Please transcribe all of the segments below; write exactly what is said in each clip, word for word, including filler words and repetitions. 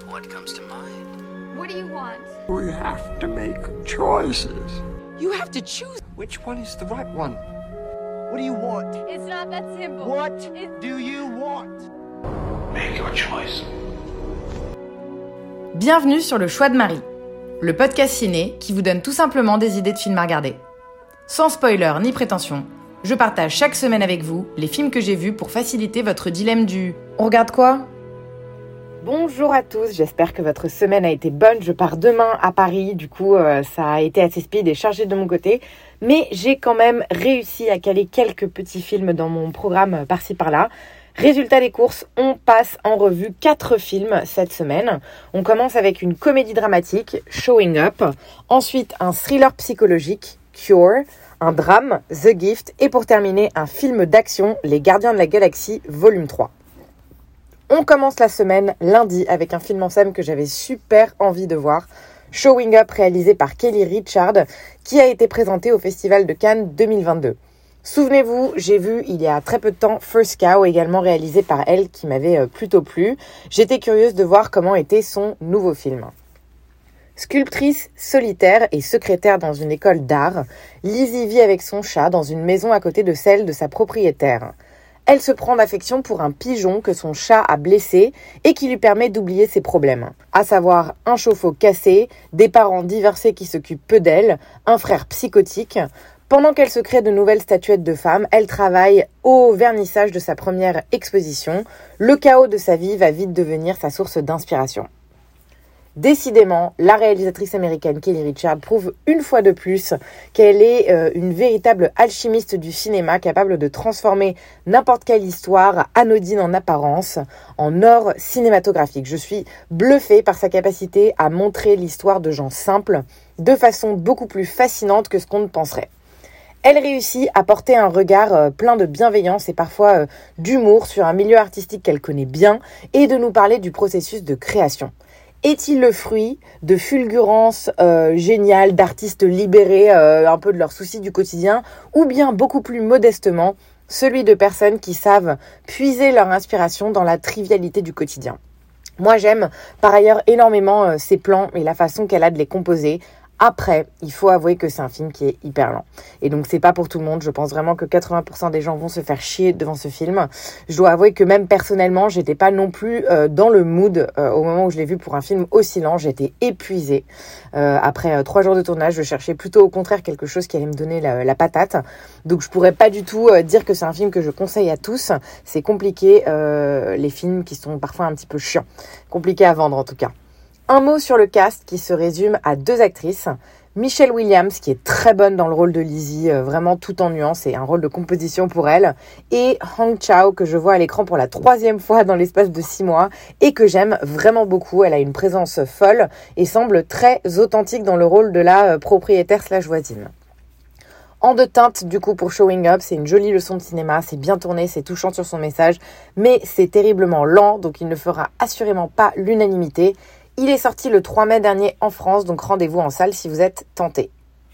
What comes to mind? What do you want? We have to make choices. You have to choose. Which one is the right one? What do you want? It's not that simple. What It's... do you want? Make your choice. Bienvenue sur Le Choix de Marie, le podcast ciné qui vous donne tout simplement des idées de films à regarder. Sans spoiler ni prétention, je partage chaque semaine avec vous les films que j'ai vus pour faciliter votre dilemme du « on regarde quoi ?» Bonjour à tous, j'espère que votre semaine a été bonne. Je pars demain à Paris, du coup euh, ça a été assez speed et chargé de mon côté. Mais j'ai quand même réussi à caler quelques petits films dans mon programme par-ci par-là. Résultat des courses, on passe en revue quatre films cette semaine. On commence avec une comédie dramatique, Showing Up. Ensuite, un thriller psychologique, Cure. Un drame, The Gift. Et pour terminer, un film d'action, Les Gardiens de la Galaxie, volume trois. On commence la semaine lundi avec un film en scène que j'avais super envie de voir. Showing Up, réalisé par Kelly Richard, qui a été présenté au Festival de Cannes deux mille vingt-deux. Souvenez-vous, j'ai vu il y a très peu de temps First Cow, également réalisé par elle, qui m'avait plutôt plu. J'étais curieuse de voir comment était son nouveau film. Sculptrice solitaire et secrétaire dans une école d'art, Lizzie vit avec son chat dans une maison à côté de celle de sa propriétaire. Elle se prend d'affection pour un pigeon que son chat a blessé et qui lui permet d'oublier ses problèmes, à savoir un chauffe-eau cassé, des parents divorcés qui s'occupent peu d'elle, un frère psychotique. Pendant qu'elle se crée de nouvelles statuettes de femmes, elle travaille au vernissage de sa première exposition. Le chaos de sa vie va vite devenir sa source d'inspiration. Décidément, la réalisatrice américaine Kelly Richard prouve une fois de plus qu'elle est euh, une véritable alchimiste du cinéma, capable de transformer n'importe quelle histoire anodine en apparence en or cinématographique. Je suis bluffée par sa capacité à montrer l'histoire de gens simples de façon beaucoup plus fascinante que ce qu'on ne penserait. Elle réussit à porter un regard euh, plein de bienveillance et parfois euh, d'humour sur un milieu artistique qu'elle connaît bien et de nous parler du processus de création. Est-il le fruit de fulgurances euh, géniales d'artistes libérés euh, un peu de leurs soucis du quotidien, ou bien beaucoup plus modestement celui de personnes qui savent puiser leur inspiration dans la trivialité du quotidien? Moi, j'aime par ailleurs énormément euh, ses plans et la façon qu'elle a de les composer. Après, il faut avouer que c'est un film qui est hyper lent. Et donc, c'est pas pour tout le monde. Je pense vraiment que quatre-vingts pour cent des gens vont se faire chier devant ce film. Je dois avouer que même personnellement, j'étais pas non plus euh, dans le mood euh, au moment où je l'ai vu pour un film aussi lent. J'étais épuisée. Euh, après euh, trois jours de tournage, je cherchais plutôt au contraire quelque chose qui allait me donner la, la patate. Donc, je pourrais pas du tout euh, dire que c'est un film que je conseille à tous. C'est compliqué, euh, les films qui sont parfois un petit peu chiants. Compliqué à vendre en tout cas. Un mot sur le cast qui se résume à deux actrices. Michelle Williams, qui est très bonne dans le rôle de Lizzie, euh, vraiment tout en nuances et un rôle de composition pour elle. Et Hong Chau, que je vois à l'écran pour la troisième fois dans l'espace de six mois et que j'aime vraiment beaucoup. Elle a une présence folle et semble très authentique dans le rôle de la euh, propriétaire slash voisine. En deux teintes, du coup, pour Showing Up, c'est une jolie leçon de cinéma, c'est bien tourné, c'est touchant sur son message, mais c'est terriblement lent, donc il ne fera assurément pas l'unanimité. Il est sorti le trois mai dernier en France, donc rendez-vous en salle si vous êtes tenté.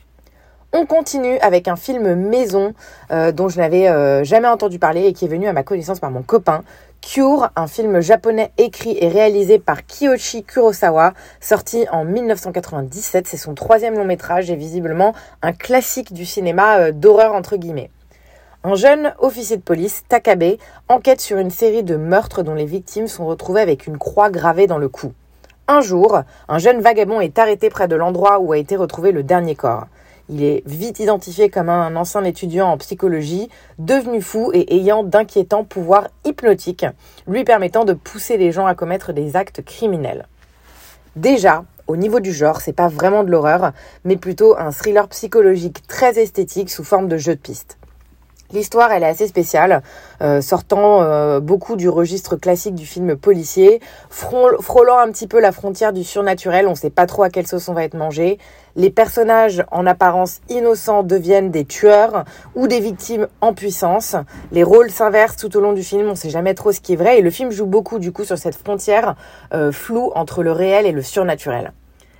On continue avec un film maison euh, dont je n'avais euh, jamais entendu parler et qui est venu à ma connaissance par mon copain. Cure, un film japonais écrit et réalisé par Kiyoshi Kurosawa, sorti en dix-neuf cent quatre-vingt-dix-sept. C'est son troisième long métrage et visiblement un classique du cinéma euh, d'horreur entre guillemets. Un jeune officier de police, Takabe, enquête sur une série de meurtres dont les victimes sont retrouvées avec une croix gravée dans le cou. Un jour, un jeune vagabond est arrêté près de l'endroit où a été retrouvé le dernier corps. Il est vite identifié comme un ancien étudiant en psychologie, devenu fou et ayant d'inquiétants pouvoirs hypnotiques, lui permettant de pousser les gens à commettre des actes criminels. Déjà, au niveau du genre, c'est pas vraiment de l'horreur, mais plutôt un thriller psychologique très esthétique sous forme de jeu de piste. L'histoire, elle est assez spéciale, euh, sortant euh, beaucoup du registre classique du film policier, frôl- frôlant un petit peu la frontière du surnaturel, on sait pas trop à quelle sauce on va être mangé. Les personnages en apparence innocents deviennent des tueurs ou des victimes en puissance. Les rôles s'inversent tout au long du film, on sait jamais trop ce qui est vrai, et le film joue beaucoup du coup sur cette frontière euh, floue entre le réel et le surnaturel.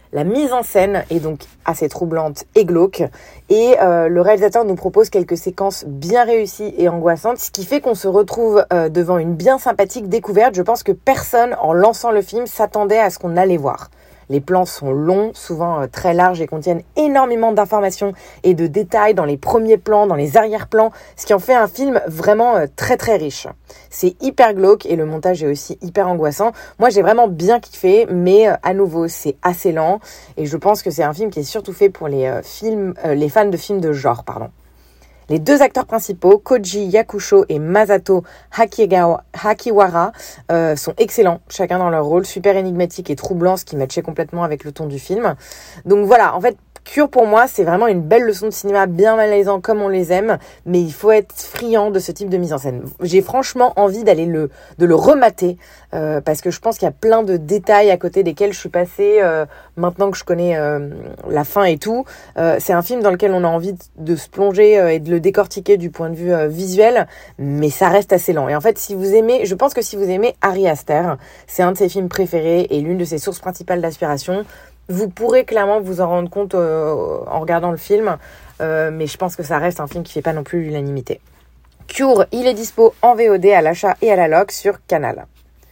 La mise en scène est donc assez troublante et glauque et euh, le réalisateur nous propose quelques séquences bien réussies et angoissantes, ce qui fait qu'on se retrouve euh, devant une bien sympathique découverte. Je pense que personne, en lançant le film, s'attendait à ce qu'on allait voir. Les plans sont longs, souvent euh, très larges et contiennent énormément d'informations et de détails dans les premiers plans, dans les arrière-plans, ce qui en fait un film vraiment euh, très très riche. C'est hyper glauque et le montage est aussi hyper angoissant. Moi j'ai vraiment bien kiffé, mais euh, à nouveau c'est assez lent et je pense que c'est un film qui est surtout fait pour les, euh, films, euh, les fans de films de genre, pardon. Les deux acteurs principaux, Koji Yakusho et Masato Hakigawa, Hakiwara, euh, sont excellents, chacun dans leur rôle, super énigmatique et troublant, ce qui matchait complètement avec le ton du film. Donc voilà, en fait, Cure pour moi, c'est vraiment une belle leçon de cinéma, bien malaisant comme on les aime, mais il faut être friand de ce type de mise en scène. J'ai franchement envie d'aller le de le remater euh, parce que je pense qu'il y a plein de détails à côté desquels je suis passée euh, maintenant que je connais euh, la fin et tout. Euh, c'est un film dans lequel on a envie de se plonger euh, et de le décortiquer du point de vue euh, visuel, mais ça reste assez lent. Et en fait, si vous aimez, je pense que si vous aimez Ari Aster, c'est un de ses films préférés et l'une de ses sources principales d'inspiration. Vous pourrez clairement vous en rendre compte euh, en regardant le film, euh, mais je pense que ça reste un film qui fait pas non plus l'unanimité. Cure, il est dispo en V O D à l'achat et à la loc sur Canal.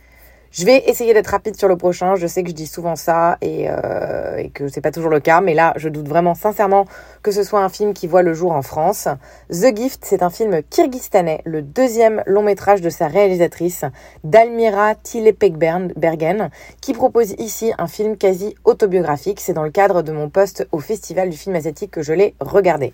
Je vais essayer d'être rapide sur le prochain. Je sais que je dis souvent ça et, euh, et que c'est pas toujours le cas, mais là, je doute vraiment sincèrement que ce soit un film qui voit le jour en France. The Gift, c'est un film kirghistanais, le deuxième long métrage de sa réalisatrice, Dalmira Tilepekbergen, qui propose ici un film quasi autobiographique. C'est dans le cadre de mon poste au Festival du film asiatique que je l'ai regardé.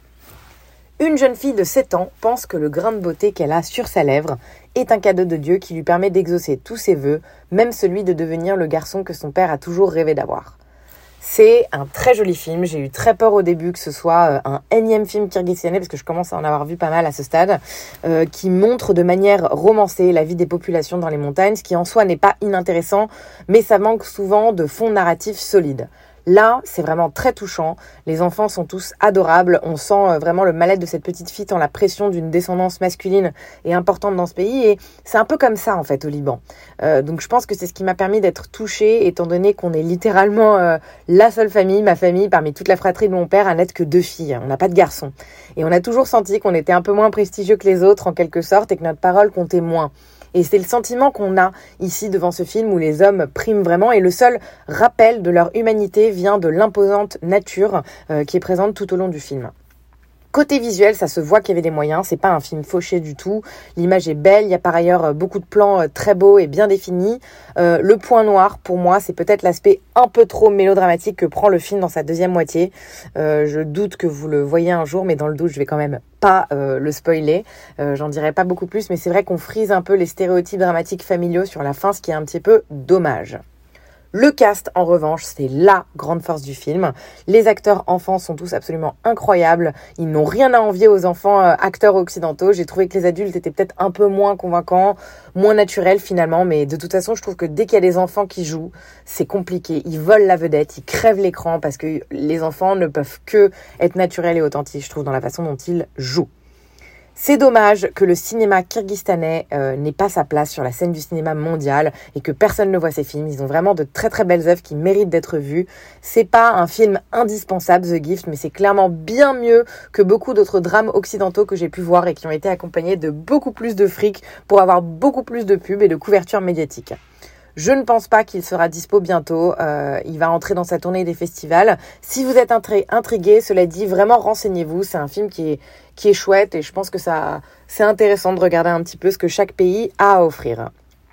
Une jeune fille de sept ans pense que le grain de beauté qu'elle a sur sa lèvre est un cadeau de Dieu qui lui permet d'exaucer tous ses vœux, même celui de devenir le garçon que son père a toujours rêvé d'avoir. C'est un très joli film. J'ai eu très peur au début que ce soit un énième film kirghistanais, parce que je commence à en avoir vu pas mal à ce stade, euh, qui montre de manière romancée la vie des populations dans les montagnes, ce qui en soi n'est pas inintéressant, mais ça manque souvent de fond narratif solide. Là, c'est vraiment très touchant. Les enfants sont tous adorables. On sent vraiment le mal-être de cette petite fille dans la pression d'une descendance masculine et importante dans ce pays. Et c'est un peu comme ça, en fait, au Liban. Euh, donc, je pense que c'est ce qui m'a permis d'être touchée, étant donné qu'on est littéralement euh, la seule famille, ma famille, parmi toute la fratrie de mon père, à n'être que deux filles. On n'a pas de garçons. Et on a toujours senti qu'on était un peu moins prestigieux que les autres, en quelque sorte, et que notre parole comptait moins. Et c'est le sentiment qu'on a ici devant ce film où les hommes priment vraiment et le seul rappel de leur humanité vient de l'imposante nature euh, qui est présente tout au long du film. Côté visuel, ça se voit qu'il y avait des moyens, c'est pas un film fauché du tout, l'image est belle, il y a par ailleurs beaucoup de plans très beaux et bien définis. Euh, le point noir, pour moi, c'est peut-être l'aspect un peu trop mélodramatique que prend le film dans sa deuxième moitié. Euh, je doute que vous le voyez un jour, mais dans le doute, je vais quand même pas euh, le spoiler. Euh, j'en dirai pas beaucoup plus, mais c'est vrai qu'on frise un peu les stéréotypes dramatiques familiaux sur la fin, ce qui est un petit peu dommage. Le cast, en revanche, c'est la grande force du film. Les acteurs enfants sont tous absolument incroyables. Ils n'ont rien à envier aux enfants euh, acteurs occidentaux. J'ai trouvé que les adultes étaient peut-être un peu moins convaincants, moins naturels finalement. Mais de toute façon, je trouve que dès qu'il y a des enfants qui jouent, c'est compliqué. Ils volent la vedette, ils crèvent l'écran parce que les enfants ne peuvent que être naturels et authentiques, je trouve, dans la façon dont ils jouent. C'est dommage que le cinéma kirghistanais euh, n'ait pas sa place sur la scène du cinéma mondial et que personne ne voit ces films. Ils ont vraiment de très très belles œuvres qui méritent d'être vues. C'est pas un film indispensable, The Gift, mais c'est clairement bien mieux que beaucoup d'autres drames occidentaux que j'ai pu voir et qui ont été accompagnés de beaucoup plus de fric pour avoir beaucoup plus de pubs et de couverture médiatique. Je ne pense pas qu'il sera dispo bientôt. Euh, il va entrer dans sa tournée des festivals. Si vous êtes intri- intrigué, cela dit, vraiment renseignez-vous. C'est un film qui est, qui est chouette et je pense que ça, c'est intéressant de regarder un petit peu ce que chaque pays a à offrir.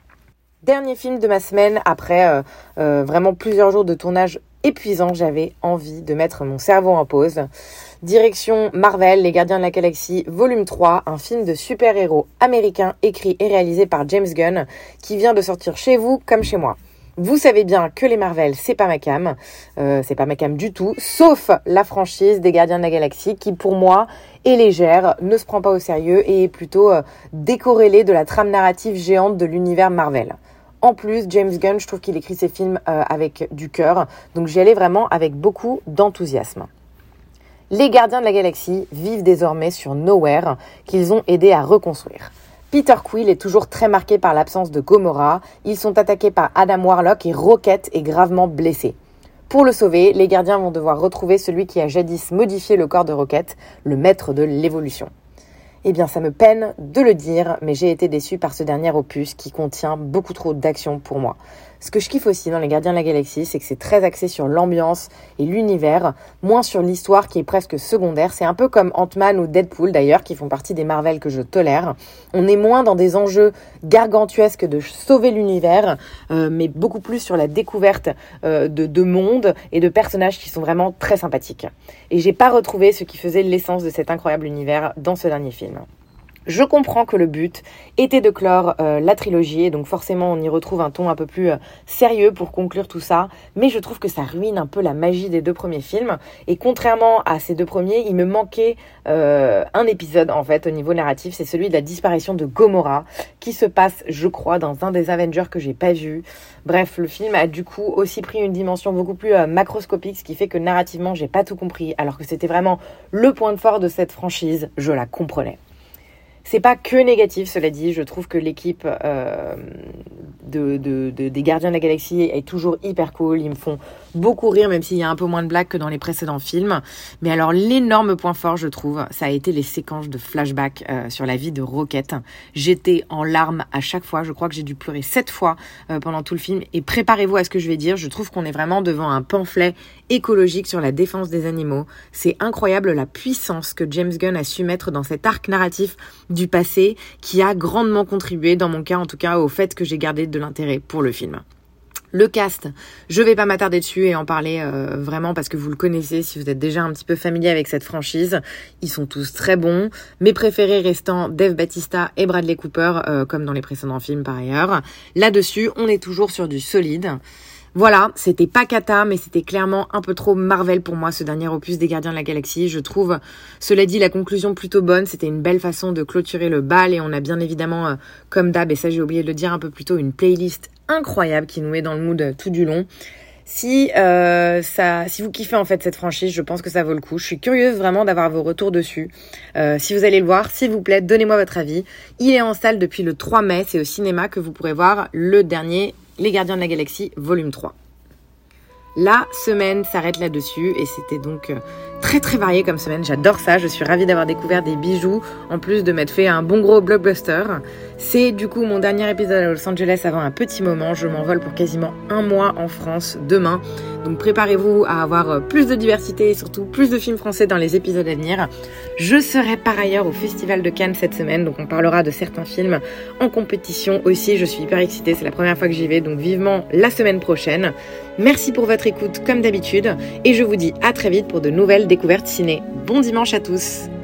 Dernier film de ma semaine, après euh, euh, vraiment plusieurs jours de tournage épuisant, j'avais envie de mettre mon cerveau en pause. Direction Marvel, Les Gardiens de la Galaxie, volume trois, un film de super-héros américain écrit et réalisé par James Gunn, qui vient de sortir chez vous comme chez moi. Vous savez bien que les Marvel, c'est pas ma cam, euh, c'est pas ma cam du tout, sauf la franchise des Gardiens de la Galaxie, qui pour moi est légère, ne se prend pas au sérieux et est plutôt euh, décorrélée de la trame narrative géante de l'univers Marvel. En plus, James Gunn, je trouve qu'il écrit ses films euh, avec du cœur, donc j'y allais vraiment avec beaucoup d'enthousiasme. Les Gardiens de la Galaxie vivent désormais sur Nowhere, qu'ils ont aidé à reconstruire. Peter Quill est toujours très marqué par l'absence de Gamora, ils sont attaqués par Adam Warlock et Rocket est gravement blessé. Pour le sauver, les gardiens vont devoir retrouver celui qui a jadis modifié le corps de Rocket, le maître de l'évolution. Eh bien, ça me peine de le dire, mais j'ai été déçue par ce dernier opus qui contient beaucoup trop d'action pour moi. Ce que je kiffe aussi dans Les Gardiens de la Galaxie, c'est que c'est très axé sur l'ambiance et l'univers, moins sur l'histoire qui est presque secondaire. C'est un peu comme Ant-Man ou Deadpool d'ailleurs, qui font partie des Marvel que je tolère. On est moins dans des enjeux gargantuesques de sauver l'univers, euh, mais beaucoup plus sur la découverte euh, de, de mondes et de personnages qui sont vraiment très sympathiques. Et j'ai pas retrouvé ce qui faisait l'essence de cet incroyable univers dans ce dernier film. Je comprends que le but était de clore euh, la trilogie, et donc forcément on y retrouve un ton un peu plus euh, sérieux pour conclure tout ça, mais je trouve que ça ruine un peu la magie des deux premiers films, et contrairement à ces deux premiers, il me manquait euh, un épisode en fait au niveau narratif, c'est celui de la disparition de Gamora, qui se passe je crois dans un des Avengers que j'ai pas vu. Bref, le film a du coup aussi pris une dimension beaucoup plus euh, macroscopique, ce qui fait que narrativement j'ai pas tout compris, alors que c'était vraiment le point fort de cette franchise, je la comprenais. C'est pas que négatif, cela dit, je trouve que l'équipe euh, de, de, de, des Gardiens de la Galaxie est toujours hyper cool, ils me font beaucoup rire, même s'il y a un peu moins de blagues que dans les précédents films. Mais alors l'énorme point fort, je trouve, ça a été les séquences de flashback euh, sur la vie de Rocket. J'étais en larmes à chaque fois, je crois que j'ai dû pleurer sept fois euh, pendant tout le film. Et préparez-vous à ce que je vais dire, je trouve qu'on est vraiment devant un pamphlet écologique sur la défense des animaux. C'est incroyable la puissance que James Gunn a su mettre dans cet arc narratif du passé, qui a grandement contribué, dans mon cas en tout cas, au fait que j'ai gardé de l'intérêt pour le film. Le cast, je vais pas m'attarder dessus et en parler euh, vraiment parce que vous le connaissez si vous êtes déjà un petit peu familier avec cette franchise. Ils sont tous très bons. Mes préférés restant Dave Bautista et Bradley Cooper, euh, comme dans les précédents films par ailleurs. Là-dessus, on est toujours sur du solide. Voilà, c'était pas cata, mais c'était clairement un peu trop Marvel pour moi, ce dernier opus des Gardiens de la Galaxie. Je trouve, cela dit, la conclusion plutôt bonne. C'était une belle façon de clôturer le bal et on a bien évidemment, euh, comme d'hab, et ça j'ai oublié de le dire un peu plus tôt, une playlist incroyable qui nous met dans le mood tout du long. Si euh, ça, si vous kiffez en fait cette franchise, je pense que ça vaut le coup. Je suis curieuse vraiment d'avoir vos retours dessus. Euh, si vous allez le voir, s'il vous plaît, donnez-moi votre avis. Il est en salle depuis le trois mai, c'est au cinéma que vous pourrez voir le dernier Les Gardiens de la Galaxie, volume trois. La semaine s'arrête là-dessus et c'était donc très très varié comme semaine. J'adore ça, je suis ravie d'avoir découvert des bijoux en plus de m'être fait un bon gros blockbuster. C'est du coup mon dernier épisode à Los Angeles avant un petit moment. Je m'envole pour quasiment un mois en France demain. Donc préparez-vous à avoir plus de diversité et surtout plus de films français dans les épisodes à venir. Je serai par ailleurs au Festival de Cannes cette semaine, donc on parlera de certains films en compétition aussi. Je suis hyper excitée, c'est la première fois que j'y vais, donc vivement la semaine prochaine. Merci pour votre écoute comme d'habitude et je vous dis à très vite pour de nouvelles découvertes ciné. Bon dimanche à tous!